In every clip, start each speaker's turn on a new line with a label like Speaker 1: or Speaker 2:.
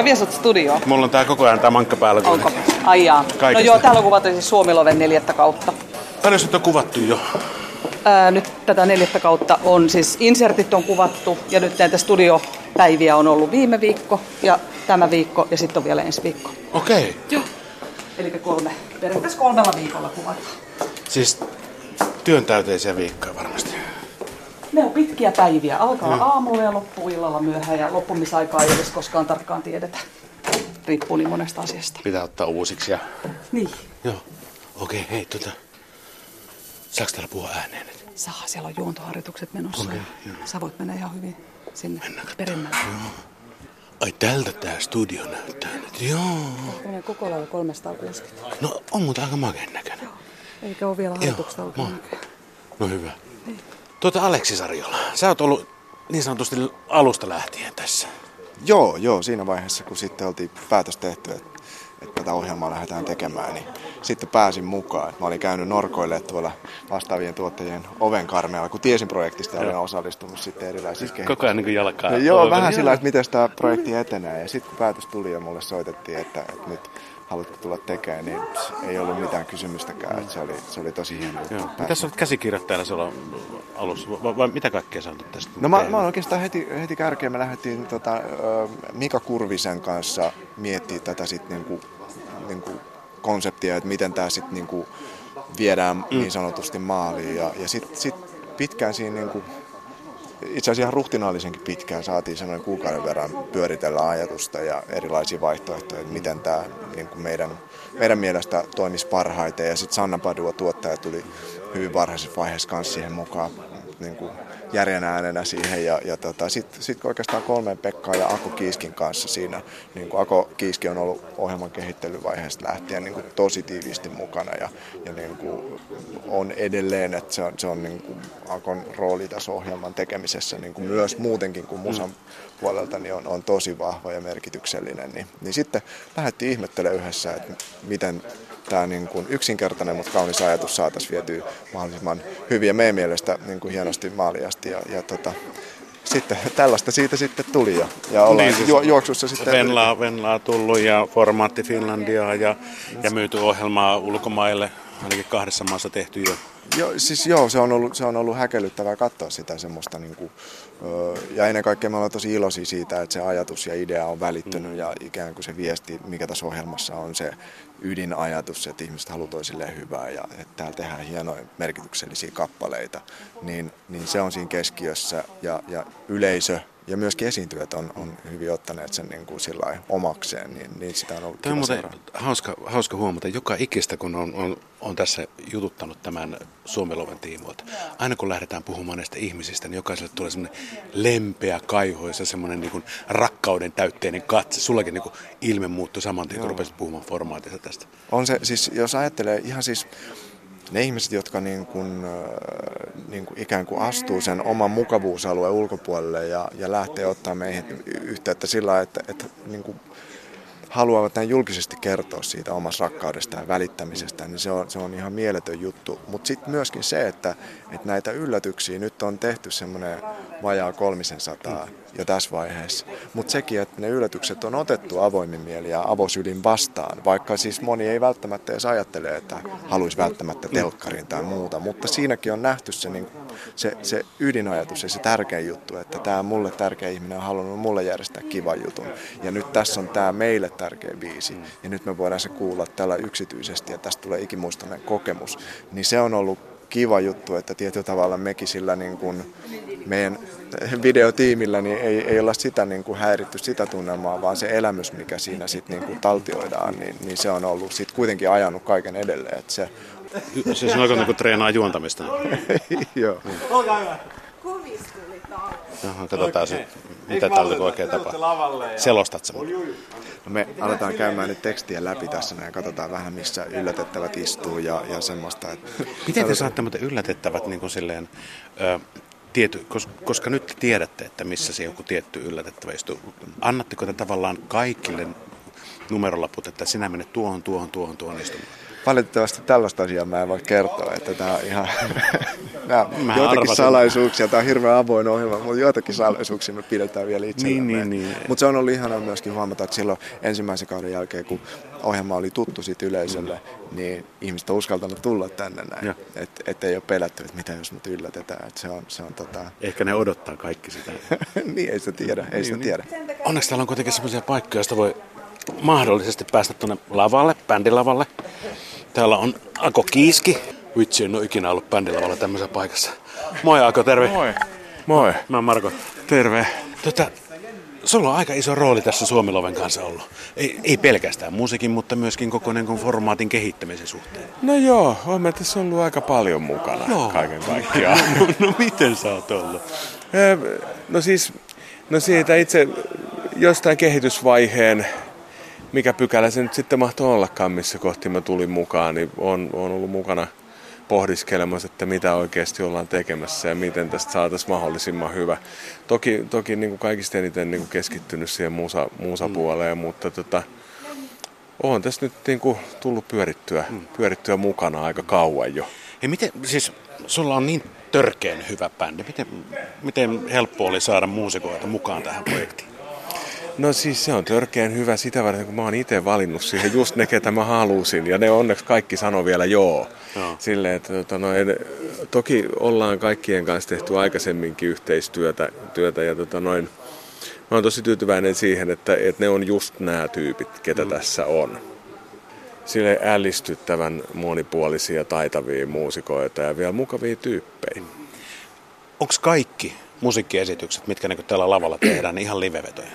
Speaker 1: Mä vien sut studioon.
Speaker 2: Mulla on tää koko ajan tää mankka päällä.
Speaker 1: Onko? Ai jaa. No joo, täällä on kuvattu siis Suomiloven 4. kautta.
Speaker 2: Paljon nyt on kuvattu jo?
Speaker 1: Nyt tätä 4. kautta on siis insertit on kuvattu ja nyt näitä studiopäiviä on ollut viime viikko ja tämä viikko ja sitten on vielä ensi viikko.
Speaker 2: Okei.
Speaker 1: Joo. Eli periaatteessa 3 viikolla kuvataan.
Speaker 2: Siis työntäyteisiä viikkoja varmasti.
Speaker 1: Ne on pitkiä päiviä. Alkaa aamulla ja loppuu illalla myöhään ja loppumisaikaa ei edes koskaan tarkkaan tiedetä. Riippuu niin monesta asiasta.
Speaker 2: Pitää ottaa uusiksi ja...
Speaker 1: Niin.
Speaker 2: Joo. Okei, hei saaks täällä puhua ääneen nyt?
Speaker 1: Saa, siellä on juontoharjoitukset menossa.
Speaker 2: Okei,
Speaker 1: sä voit mennä ihan hyvin sinne peremmälle.
Speaker 2: Joo. Ai tältä tää studio näyttää nyt, joo.
Speaker 1: Tällainen koko lailla 360.
Speaker 2: No on muuten aika makeen näköinen.
Speaker 1: Joo. Eikä ole vielä harjoituksesta ollut näköinen.
Speaker 2: No hyvä.
Speaker 1: Niin.
Speaker 2: Aleksi Sarjola, sä oot ollut niin sanotusti alusta lähtien tässä.
Speaker 3: Joo, siinä vaiheessa kun sitten oltiin päätös tehty, että tätä ohjelmaa lähdetään tekemään, niin sitten pääsin mukaan. Mä olin käynyt norkoille tuolla vastaavien tuottajien ovenkarmealla, kun tiesin projektista ja olen osallistunut sitten erilaisiin kehityksiin.
Speaker 2: Koko ajan niin kuin jalkaa.
Speaker 3: No, joo, vähän sillä, että miten tämä projekti etenee. Ja sitten kun päätös tuli ja mulle soitettiin, että nyt haluatko tulla tekemään, niin ei ollut mitään kysymystäkään. Että se oli tosi hieno.
Speaker 2: Mitä sä olet käsikirjoittajana siellä alussa? Vai mitä kaikkea sä olet tästä?
Speaker 3: No mä oon oikeastaan heti kärkeen. Me lähdettiin Mika Kurvisen kanssa miettimään tätä sitten niinku konseptia, että miten tämä sitten niinku viedään niin sanotusti maaliin. Ja sit pitkään siinä niinku, itse asiassa ihan ruhtinaallisenkin pitkään saatiin semmoinen kuukauden verran pyöritellä ajatusta ja erilaisia vaihtoehtoja, että miten tämä niinku meidän mielestä toimisi parhaiten. Ja sitten Sanna Padua tuottaja tuli hyvin varhaisessa vaiheessa kanssa siihen mukaan niinku järjen äänenä siihen. Ja sitten oikeastaan 3 Pekkaa ja Ako Kiiskin kanssa siinä. Niin Ako Kiiski on ollut ohjelman kehittelyvaiheesta lähtien niin tosi tiiviisti mukana ja niin on edelleen, että se on niin Akon rooli tässä ohjelman tekemisessä niin myös muutenkin kuin musan puolelta niin on tosi vahva ja merkityksellinen. Niin sitten lähdettiin ihmettelemään yhdessä, että miten tämä niin kuin yksinkertainen, mutta kaunis ajatus saataisiin vietyä mahdollisimman hyvin ja meidän mielestä niin kuin hienosti maaliasti. Ja sitten tällaista siitä sitten tuli ja ollaan niin, siis juoksussa sitten...
Speaker 2: Venlaa tullut ja Formaatti Finlandia ja myyty ohjelmaa ulkomaille, ainakin 2 maassa tehty jo.
Speaker 3: Joo, se on ollut häkellyttävää katsoa sitä semmoista niinku, ja ennen kaikkea me ollaan tosi iloisia siitä, että se ajatus ja idea on välittynyt ja ikään kuin se viesti, mikä tässä ohjelmassa on se ydinajatus, että ihmiset haluaa toisilleen hyvää ja että täällä tehdään hienoja merkityksellisiä kappaleita, niin se on siinä keskiössä ja yleisö ja myöskin esiintyjät on hyvin ottaneet sen niin kuin sillai omakseen, niin sitä on ollut
Speaker 2: kiva
Speaker 3: muuten
Speaker 2: seurata. Hauska huomata, joka ikistä kun on tässä jututtanut tämän Suomiloven tiimoilta. Aina kun lähdetään puhumaan näistä ihmisistä, niin jokaiselle tulee semmoinen lempeä, kaihoisa, semmoinen niin kuin rakkauden täytteinen katse. Sullakin niin kuin ilme muuttui saman tien, kun rupesit puhumaan formaatista tästä.
Speaker 3: On se, siis jos ajattelee ihan siis ne ihmiset, jotka niin kuin ikään kuin astuu sen oman mukavuusalueen ulkopuolelle ja lähtee ottaa meihin yhteyttä sillä, että niin kuin haluavat näin julkisesti kertoa siitä omasta rakkaudestaan ja välittämisestä, niin se on ihan mieletön juttu. Mutta sitten myöskin se, että näitä yllätyksiä nyt on tehty semmoinen vajaa 300 jo tässä vaiheessa. Mutta sekin, että ne yllätykset on otettu avoimin mieli ja avosylin vastaan, vaikka siis moni ei välttämättä edes ajattele, että haluaisi välttämättä telkkarin tai muuta. Mutta siinäkin on nähty se ydinajatus ja se tärkein juttu, että tämä mulle tärkeä ihminen on halunnut mulle järjestää kivan jutun. Ja nyt tässä on tämä meille tärkeä biisi. Ja nyt me voidaan se kuulla tällä yksityisesti ja tästä tulee ikimuistoinen kokemus. Niin se on ollut kiva juttu, että tietyllä tavalla mekin sillä niin kuin meidän videotiimillä niin ei olla sitä niin kuin häiritty sitä tunnelmaa, vaan se elämys, mikä siinä sitten niin kuin taltioidaan, niin se on ollut sitten kuitenkin ajanut kaiken edelleen. Että se
Speaker 2: siis on niin kuin treenaa juontamista.
Speaker 3: Joo.
Speaker 4: Olkaa hyvä.
Speaker 2: Jaha, katsotaan sitten, mitä täällä oikein tapahtuu. Selostat sen.
Speaker 3: No me aletaan käymään nyt tekstiä läpi tässä ja katsotaan vähän, missä yllätettävät istuu ja semmoista.
Speaker 2: Miten te saatte muuten yllätettävät niin kuin silleen, koska nyt te tiedätte, että missä se joku tietty yllätettävä istuu. Annatteko te tavallaan kaikille numerolaput, että sinä menet tuohon istumaan?
Speaker 3: Valitettavasti tällaista asiaa mä en voi kertoa, että tämä on ihan joitakin salaisuuksia, tämä on hirveän avoin ohjelma, mutta joitakin salaisuuksia me pidetään vielä itsellämme.
Speaker 2: Niin.
Speaker 3: Mutta se on ollut ihanaa myöskin huomata, että silloin ensimmäisen kauden jälkeen, kun ohjelma oli tuttu siitä yleisölle, niin ihmiset on uskaltanut tulla tänne näin. Että ei ole pelätty, että mitä jos mut yllätetään. Että se on
Speaker 2: Ehkä ne odottaa kaikki sitä.
Speaker 3: Niin, ei sitä tiedä.
Speaker 2: Onneksi täällä on kuitenkin sellaisia paikkoja, joista voi mahdollisesti päästä tuonne lavalle, bändilavalle. Täällä on Ako Kiiski. Vitsi, en ole ikinä ollut bändilavalla tämmöisessä paikassa. Moi Ako, terve.
Speaker 4: Moi.
Speaker 2: Mä oon Marko.
Speaker 4: Terve.
Speaker 2: Sulla on aika iso rooli tässä Suomi-loven kanssa ollut. Ei pelkästään musiikin, mutta myöskin koko formaatin kehittämisen suhteen.
Speaker 4: No joo, mä tässä ollut aika paljon mukana kaiken kaikkiaan.
Speaker 2: No miten sä oot ollut?
Speaker 4: No siitä itse jostain kehitysvaiheen, mikä pykälä se nyt sitten mahtoi ollakaan, missä kohti mä tulin mukaan, niin on ollut mukana pohdiskelemassa, että mitä oikeasti ollaan tekemässä ja miten tästä saataisiin mahdollisimman hyvä. Toki niin kuin kaikista eniten niin kuin keskittynyt siihen muusapuoleen, mutta on tässä nyt niin kuin tullut pyörittyä mukana aika kauan jo.
Speaker 2: Ja miten, siis sulla on niin törkeän hyvä bändi. Miten helppo oli saada muusikoita mukaan tähän projektiin?
Speaker 4: No siis se on törkeän hyvä sitä varten, kun mä oon itse valinnut siihen just ne, ketä mä halusin. Ja ne onneksi kaikki sanoi vielä joo. Silleen, että toki ollaan kaikkien kanssa tehty aikaisemminkin yhteistyötä. Ja mä oon tosi tyytyväinen siihen, että ne on just nämä tyypit, ketä tässä on. Sille ällistyttävän monipuolisia, taitavia muusikoita ja vielä mukavia tyyppejä.
Speaker 2: Onko kaikki musiikkiesitykset, mitkä täällä lavalla tehdään, ihan livevetoja?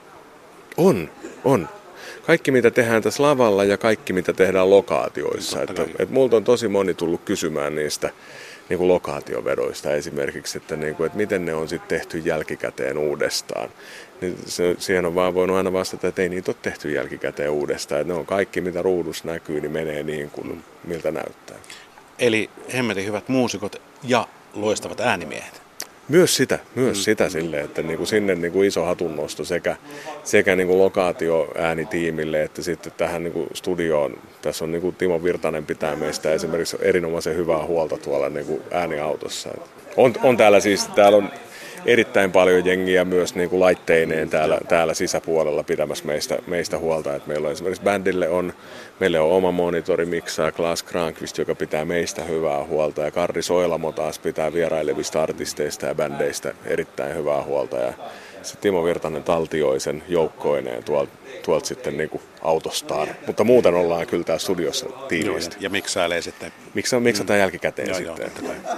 Speaker 4: On. Kaikki mitä tehdään tässä lavalla ja kaikki mitä tehdään lokaatioissa. Että multa on tosi moni tullut kysymään niistä niin kuin lokaatiovedoista esimerkiksi, että miten ne on sitten tehty jälkikäteen uudestaan. Niin siihen on vaan voinut aina vastata, että ei niitä ole tehty jälkikäteen uudestaan. Että ne on kaikki mitä ruudussa näkyy, niin menee niin kuin miltä näyttää.
Speaker 2: Eli hemmetin hyvät muusikot ja loistavat äänimiehet.
Speaker 4: Myös sitä silleen, että sinne iso hatunnosto sekä lokaatioäänitiimille että sitten tähän studioon. Tässä on Timo Virtanen pitää meistä esimerkiksi erinomaisen hyvää huolta tuolla ääniautossa. Täällä on erittäin paljon jengiä myös laitteineen täällä sisäpuolella pitämässä meistä huolta. Et meillä on esimerkiksi meille on oma monitori miksaa Klaas Krankvist, joka pitää meistä hyvää huolta. Ja Karri Soilamo taas pitää vierailevista artisteista ja bändeistä erittäin hyvää huolta. Ja sitten Timo Virtanen taltioi sen joukkoineen tuolta sitten autostaan. Mutta muuten ollaan kyllä täällä studiossa tiiviisti.
Speaker 2: Ja miksailee sitten?
Speaker 4: Miksataan jälkikäteen sitten.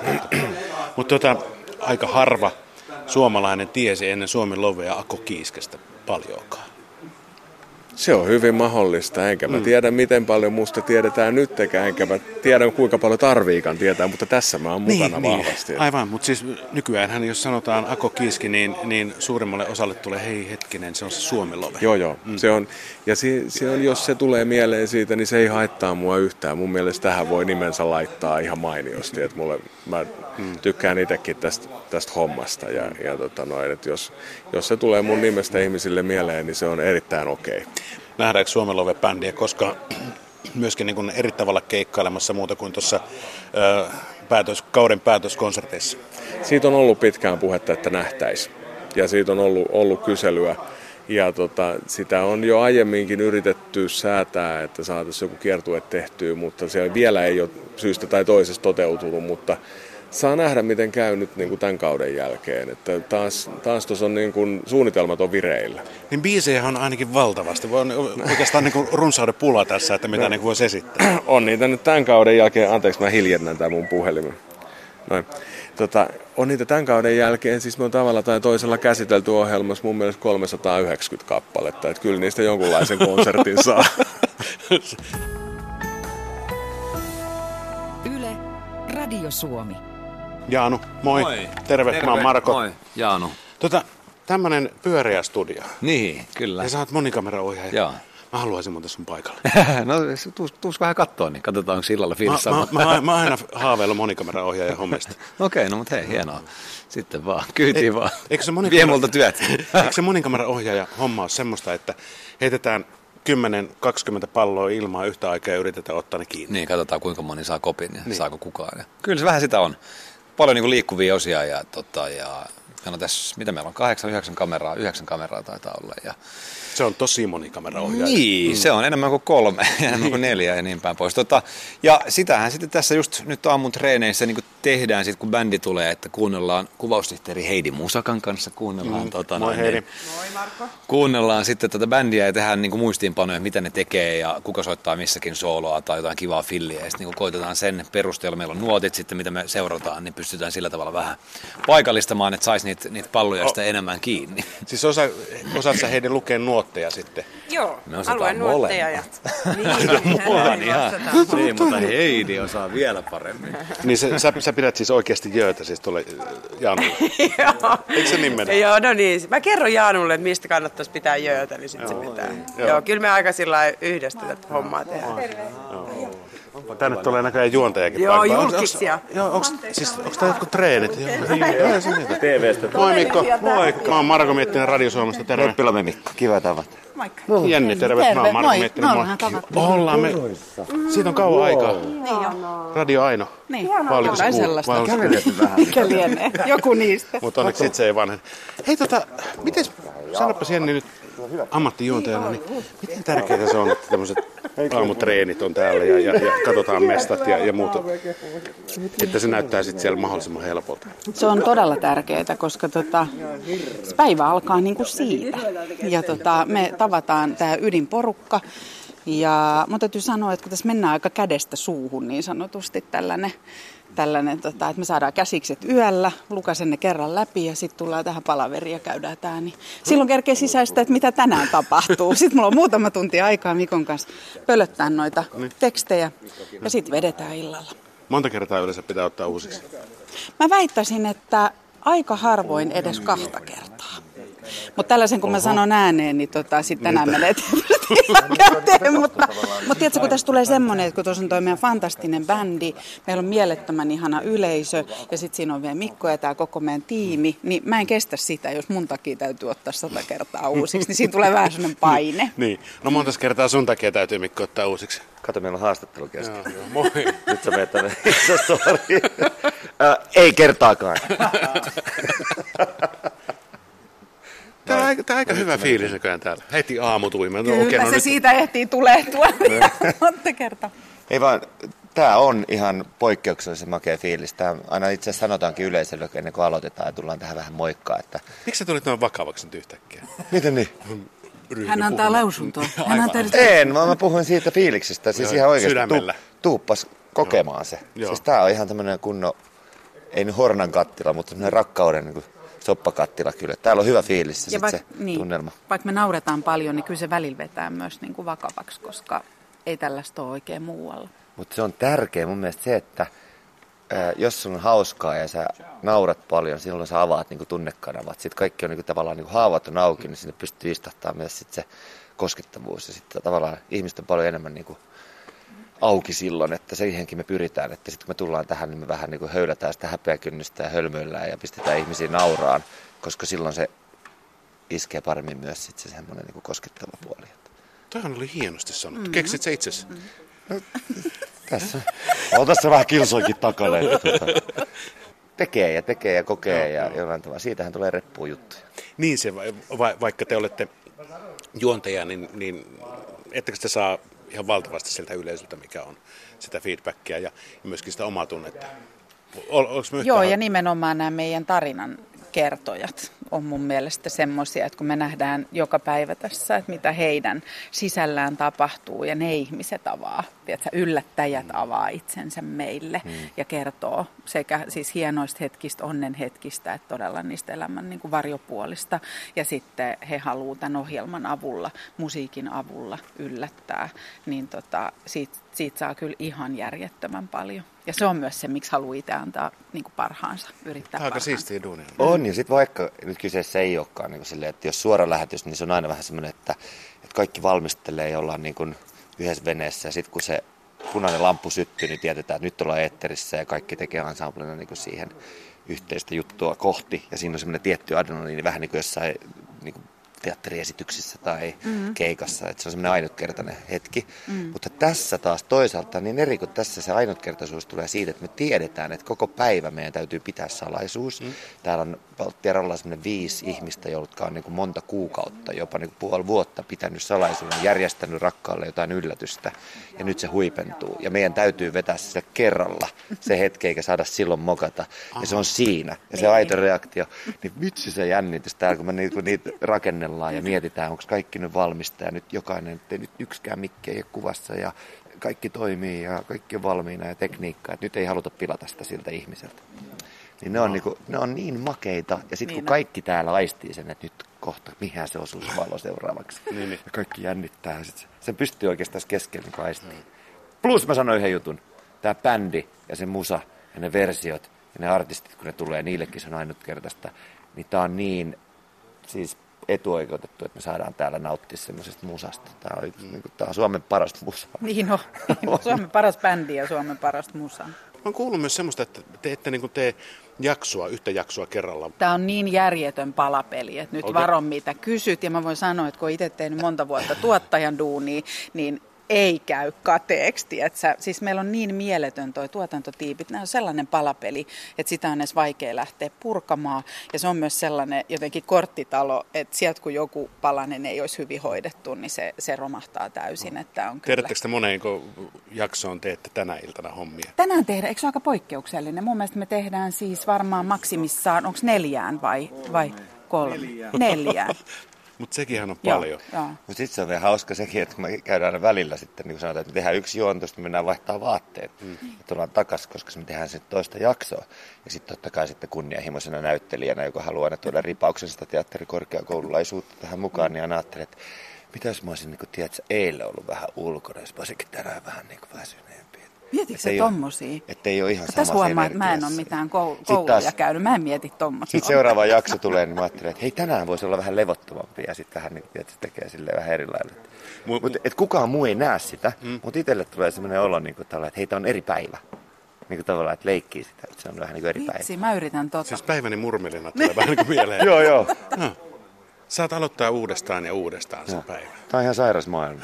Speaker 2: Mutta aika harva suomalainen tiesi ennen Suomen lovea Ako Kiiskestä paljonkaan.
Speaker 4: Se on hyvin mahdollista, enkä mä tiedä miten paljon musta tiedetään nytkään, enkä mä tiedä kuinka paljon tarviikaan tietää, mutta tässä mä oon mukana vahvasti.
Speaker 2: Aivan, mutta siis nykyäänhän jos sanotaan Ako Kiiski, niin suurimmalle osalle tulee hei hetkinen, se on se Suomen love.
Speaker 4: Joo. Se on, ja se on, jos se tulee mieleen siitä, niin se ei haittaa mua yhtään. Mun mielestä tähän voi nimensä laittaa ihan mainiosti, että mä tykkään itsekin tästä hommasta että jos se tulee mun nimestä ihmisille mieleen, niin se on erittäin okei.
Speaker 2: Nähdäänkö Suomen Love-bändiä koskaan myöskin eri tavalla keikkailemassa muuta kuin tuossa kauden päätöskonserteissa?
Speaker 4: Siitä on ollut pitkään puhetta, että nähtäisi. Ja siitä on ollut kyselyä. Ja sitä on jo aiemminkin yritetty säätää, että saataisiin joku kiertue tehtyä, mutta se vielä ei ole syystä tai toisesta toteutunut, mutta saa nähdä, miten käy nyt tämän kauden jälkeen. Että taas tuossa on suunnitelmat on vireillä.
Speaker 2: Niin biisejä on ainakin valtavasti. Voi oikeastaan runsauden pula tässä, että mitä voisi esittää.
Speaker 4: On niitä nyt tämän kauden jälkeen. Anteeksi, mä hiljennän tämän mun puhelimen. Noin. On niitä tämän kauden jälkeen, siis me on tavalla tai toisella käsitelty ohjelmassa mun mielestä 390 kappaletta. Että kyllä niistä jonkunlaisen konsertin saa.
Speaker 5: Yle, Radio Suomi.
Speaker 2: Jaanu, moi. Terve, mä oon Marko.
Speaker 6: Moi, Jaanu.
Speaker 2: Tämmönen pyöreä studio.
Speaker 6: Niin, kyllä.
Speaker 2: Ja sä oot monikameraohjaaja.
Speaker 6: Joo.
Speaker 2: Mä haluaisin muuten sun paikalle.
Speaker 6: No, tuus vähän kattoon, niin katsotaan, onko sillalla fiilis sama.
Speaker 2: Mä aina haaveillut monikameraohjaajan hommista.
Speaker 6: Okei, no mutta hei, hienoa. Sitten vaan, kyytiin vaan.
Speaker 2: Vie
Speaker 6: multa työt.
Speaker 2: Eikö se monikameraohjaaja homma ole semmoista, että heitetään 10-20 palloa ilmaa yhtä aikaa ja yritetään ottaa ne kiinni?
Speaker 6: Niin, katsotaan kuinka moni saa kopin ja saako kukaan. Ja kyllä se vähän sitä on. paljon niin kuin liikkuvia osia ja meillä on tässä, mitä meillä on, 9 kameraa taitaa olla. Ja
Speaker 2: Se on tosi monikameraohjaaja.
Speaker 6: Niin, se on enemmän kuin 3, enemmän kuin 4 ja niin päin pois. Ja sitähän sitten tässä just nyt aamun treeneissä niin tehdään sitten, kun bändi tulee, että kuunnellaan kuvaussihteeri Heidi Musakan kanssa, kuunnellaan,
Speaker 2: Moi Heidi.
Speaker 1: Moi Marko.
Speaker 6: kuunnellaan sitten tätä bändiä ja tehdään niin muistiinpanoja, mitä ne tekee ja kuka soittaa missäkin sooloa tai jotain kivaa filliä. Ja sitten niin koitetaan sen perusteella, meillä on nuotit sitten, mitä me seurataan, niin pystytään sillä tavalla vähän paikallistamaan, että saisi niitä palloja sitä enemmän kiinni.
Speaker 2: Siis osaat sä Heidi lukea nuotteja sitten?
Speaker 7: Joo,
Speaker 6: Me osataan
Speaker 7: alueen nuotteja. Ja...
Speaker 6: Niin, mutta Heidi osaa vielä paremmin.
Speaker 2: Niin sä pidät siis oikeasti jöötä siis tuolle Jaanulle. Eikö se niin mene?
Speaker 7: Joo, no niin. Mä kerron Jaanulle, että mistä kannattaisi pitää jöötä, niin sitten se pitää. Joo, kyllä me aika sillä lailla yhdessä tätä hommaa tehdään.
Speaker 2: Tänne tulee näköjään juontajakin
Speaker 7: Joo,
Speaker 2: paikalla.
Speaker 7: julkisia.
Speaker 2: Joo, onko tää jotkut treenit? Joo, se niitä. TV:stä. Moi Mikko. Moikka. Mä oon Marko Miettinen Radio Suomesta. Terve.
Speaker 8: Reppilamme Mikko, kiva tavata.
Speaker 1: Moikka.
Speaker 2: Jenni, terve. Mä oon Marko Miettinen. Moi. Ollaan me. Siitä on kauan aikaa.
Speaker 1: Niin jo.
Speaker 2: Radio Aino.
Speaker 1: Niin.
Speaker 2: Vai oliko se
Speaker 1: Jotain sellaista.
Speaker 2: vai oliko se
Speaker 1: Mikä lienee? Joku niistä.
Speaker 2: Mutta onneksi sit se ei vanhene. Hei mites, sanopas Jenni nyt ammattijuontajana, niin miten tärkeää se on, että tämmöiset aamutreenit on täällä ja katsotaan mestat ja muuta, että se näyttää sitten siellä mahdollisimman helpolta.
Speaker 9: Se on todella tärkeää, koska se päivä alkaa niinku siitä. Ja me tavataan tämä ydinporukka. Ja mun täytyy sanoa, että kun tässä mennään aika kädestä suuhun niin sanotusti tällainen että me saadaan käsikset yöllä, lukasen ne kerran läpi ja sitten tullaan tähän palaveriin ja käydään tää. Niin silloin kerkee sisäistä, että mitä tänään tapahtuu. Sitten mulla on muutama tunti aikaa Mikon kanssa pölöttää noita tekstejä ja sitten vedetään illalla.
Speaker 2: Monta kertaa yleensä pitää ottaa uusiksi?
Speaker 9: Mä väittäisin, että aika harvoin edes 2 kertaa. Mutta tällaisen kun mä sanon ääneen, niin sitten tänään menee käteen. Mutta tiedätkö, kun tässä tulee semmoinen, että kun tuossa on toi meidän fantastinen bändi, meillä on mielettömän ihana yleisö ja sitten siinä on vielä Mikko ja tämä koko meidän tiimi, niin mä en kestä sitä, jos mun takia täytyy ottaa 100 kertaa uusiksi, niin siinä tulee vähän semmoinen paine.
Speaker 2: Niin, no monta kertaa sun takia täytyy Mikko ottaa uusiksi?
Speaker 8: Kato, meillä on haastattelu kesken.
Speaker 2: Moi.
Speaker 8: Nyt sä meet tänne Insta-storiin. Ei kertaakaan.
Speaker 2: Tämä on aika hyvä fiilis näköjään täällä. Heti aamutuimme.
Speaker 9: Kyllä se siitä ehtii tulee tuolla monta kertaa.
Speaker 8: Ei vaan, tää on ihan poikkeuksellisen makea fiilis. Tää aina itse asiassa sanotaankin yleisölle ennen kuin aloitetaan ja tullaan tähän vähän moikkaa. Että...
Speaker 2: Miksi sä tulit noin vakavaksi nyt yhtäkkiä?
Speaker 8: Miten niin?
Speaker 9: Hän antaa lausuntoa.
Speaker 8: En, vaan mä puhuin siitä fiiliksestä. Siis ihan oikeasti tuuppas kokemaan se. Siis tää on ihan tämmönen kunnon, ei nyt hornan kattila, mutta semmoinen rakkauden niin soppakattila kyllä. Täällä on hyvä fiilis ja sit se tunnelma.
Speaker 9: Vaikka me nauretaan paljon, niin kyllä se välillä vetää myös niin kuin vakavaksi, koska ei tällaista ole oikein muualla.
Speaker 8: Mutta se on tärkeä mun mielestä se, että jos sulla on hauskaa ja sä naurat paljon, silloin sä avaat niin kuin tunnekanavat. Sitten kaikki on niin kuin, tavallaan niin kuin haavat on auki, niin sinne pystyy istahtaa myös sit se koskettavuus. Ja sitten tavallaan ihmiset on paljon enemmän niin kuin auki silloin, että siihenkin me pyritään. Että sitten kun me tullaan tähän, niin me vähän niin kuin höylätään sitä häpeäkynnystä ja hölmöillään ja pistetään ihmisiä nauraan, koska silloin se iskee paremmin myös sit se semmoinen niin kuin koskettava puoli.
Speaker 2: Toihan oli hienosti sanottu. Keksit sä itsesi?
Speaker 8: Tässä. On tässä vähän kilsoikin takana. Tekee ja kokee ja jollain tavalla. Siitähän tulee reppuun juttuja.
Speaker 2: Niin se, vaikka te olette juontaja, niin ettekö te saa ihan valtavasti sieltä yleisöltä, mikä on sitä feedbackia ja myöskin sitä omaa tunnetta?
Speaker 9: Joo, ja nimenomaan nämä meidän tarinan kertojat on mun mielestä semmoisia, että kun me nähdään joka päivä tässä, että mitä heidän sisällään tapahtuu ja ne ihmiset avaa, tiedätkö, yllättäjät avaa itsensä meille ja kertoo sekä siis hienoista hetkistä, onnen hetkistä, että todella niistä elämän niin kuin varjopuolista ja sitten he haluaa tämän ohjelman avulla, musiikin avulla yllättää, niin siitä saa kyllä ihan järjettömän paljon. Ja se on myös se, miksi haluaa itse antaa niin kuin parhaansa, yrittää
Speaker 2: aika
Speaker 9: parhaansa.
Speaker 2: siistiä duunia.
Speaker 8: On, ja sitten vaikka nyt kyseessä ei olekaan niin kuin silleen, että jos suora lähetys, niin se on aina vähän semmoinen, että kaikki valmistelee ja ollaan niin kuin yhdessä veneessä. Ja sitten kun se punainen lamppu syttyy, niin tiedetään, että nyt ollaan eetterissä ja kaikki tekee ensemblena niin kuin siihen yhteistä juttua kohti. Ja siinä on semmoinen tietty adrenaliini, vähän niin kuin jossain niin kuin teatteriesityksissä tai keikassa, että se on semmoinen ainutkertainen hetki. Mutta tässä taas toisaalta, niin eri kuin tässä se ainutkertaisuus tulee siitä, että me tiedetään, että koko päivä meidän täytyy pitää salaisuus. Täällä on Valttieralla semmoinen 5 ihmistä, jotka on niin kuin monta kuukautta, jopa niin kuin puoli vuotta pitänyt salaisuuden, järjestänyt rakkaalle jotain yllätystä, ja nyt se huipentuu. Ja meidän täytyy vetää se kerralla se hetki, eikä saada silloin mokata. Ja se on siinä. Ja se aito reaktio, niin vitsi se jännitys täällä, kun me niitä rakennellaan ja mietitään, onko kaikki nyt valmista ja nyt jokainen, ettei nyt yksikään mikki ei ole kuvassa ja kaikki toimii ja kaikki on valmiina ja tekniikkaa, että nyt ei haluta pilata sitä siltä ihmiseltä. Niin ne on niin makeita ja sitten kun kaikki täällä aistii sen, että nyt kohta, mihin se osuu se valo seuraavaksi. Ja kaikki jännittää. Sen pystyy oikeastaan keskellä niin aistimaan. Plus mä sanoin yhden jutun. Tämä bändi ja se musa ja ne versiot ja ne artistit, kun ne tulee, niillekin se on ainutkertaista. Niin tää on niin siis etuoikeutettu, että me saadaan täällä nauttia semmoisesta musasta. Tää on Suomen parasta musaa.
Speaker 9: Niin on. Suomen paras bändi ja Suomen parasta musaa.
Speaker 2: Mä oon kuullut myös semmoista, että te ette niin kuin tee yhtä jaksoa kerrallaan.
Speaker 9: Tämä on niin järjetön palapeli, että nyt varo mitä kysyt. Ja mä voin sanoa, että kun itse tehnyt monta vuotta tuottajan duunia, niin ei käy kateeksi, tietsä. Siis meillä on niin mieletön toi tuotantotiipit. Nämä on sellainen palapeli, että sitä on edes vaikea lähteä purkamaan. Ja se on myös sellainen jotenkin korttitalo, että sieltä kun joku palanen ei olisi hyvin hoidettu, niin se romahtaa täysin. Että on
Speaker 2: tiedättekö te moneenko jaksoon teette tänä iltana hommia?
Speaker 9: Tänään tehdään, eikö se ole aika poikkeuksellinen? Mun mielestä me tehdään siis varmaan maksimissaan, onko 4 vai 3? 4.
Speaker 2: Mutta sekinhän on paljon.
Speaker 8: Mutta sitten se on vielä hauska sekin, että kun me käydään aina välillä sitten, niin kun sanotaan, että me tehdään yksi juonto, sitten mennään vaihtaa vaatteet. Ja tullaan takaisin, koska me tehdään sitten toista jaksoa. Ja sitten totta kai sitten kunnianhimoisena näyttelijänä, joka haluaa aina tuoda ripauksen sitä teatterikorkeakoululaisuutta tähän mukaan, niin aina ajattelee, että mitä jos mä olisin, niin tiedätkö, eilen ollut vähän ulkona, jos mä olisinkin tänään vähän niin väsyneempi.
Speaker 9: Mietitkö sä tommosia?
Speaker 8: Että ei ole ihan
Speaker 9: samassa
Speaker 8: energiassa.
Speaker 9: Tässä huomaa, että mä en ole mitään kouluja käynyt. Mä en mieti tommosia.
Speaker 8: Sitten seuraava jakso tulee, niin mä ajattelen, että hei, tänään voisi olla vähän levottomampi. Ja sitten vähän, niin, että se tekee silleen vähän eri lailla. Mutta kukaan muu ei näe sitä. Mutta itselle tulee sellainen olo, niin kuin, että hei, tämä on eri päivä. Niin kuin tavallaan, että leikkii sitä. Että se on vähän niin kuin eri päivä.
Speaker 9: Vitsi, mä yritän
Speaker 2: Siis päiväni murmelina tulee vähän niin kuin mieleen.
Speaker 8: Joo.
Speaker 2: Saat aloittaa uudestaan ja uudestaan sen päivän.
Speaker 8: Tämä on ihan sairas maailma.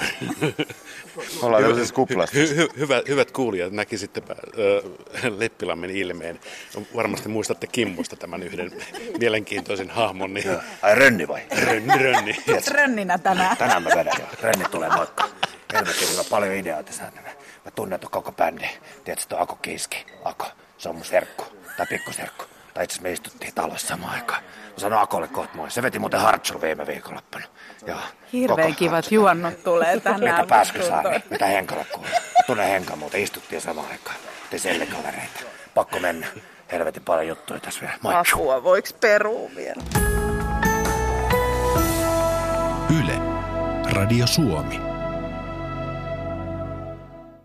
Speaker 8: Ollaan tällaisessa kuplassa.
Speaker 2: Hyvät kuulijat, näkisittepä Leppilammen ilmeen. Varmasti muistatte Kimmosta tämän yhden mielenkiintoisen hahmon. Niin...
Speaker 8: Ai Rönni vai?
Speaker 2: Rönni.
Speaker 9: Rönninä tänään.
Speaker 8: Tänään mä vedän jo. Rönni tulee moikka. Helvetin hyvä, paljon ideoita. Mä tunnen tuon koko bändin. Tiedätkö tuon Ako Kiiski? Ako, se on mun serkku. Tai pikkuserkku. Tai itse asiassa me istuttiin talossa samaan aikaan. Mä sanoin Akolle kohta moi. Se veti muuten Hartsul viime viikonloppuna.
Speaker 9: Hirveän kivat juonnot tulee tänään.
Speaker 8: Mitä Pääskysaari? Mitä Henkalle kuuluu? Tunne Henka muuten. Istuttiin samaan aikaan. Te sellekavereita. Pakko mennä. Helvetin paljon juttuja tässä vielä. Moi.
Speaker 9: Apua, voiks peruu vielä?
Speaker 10: Yle. Radio Suomi.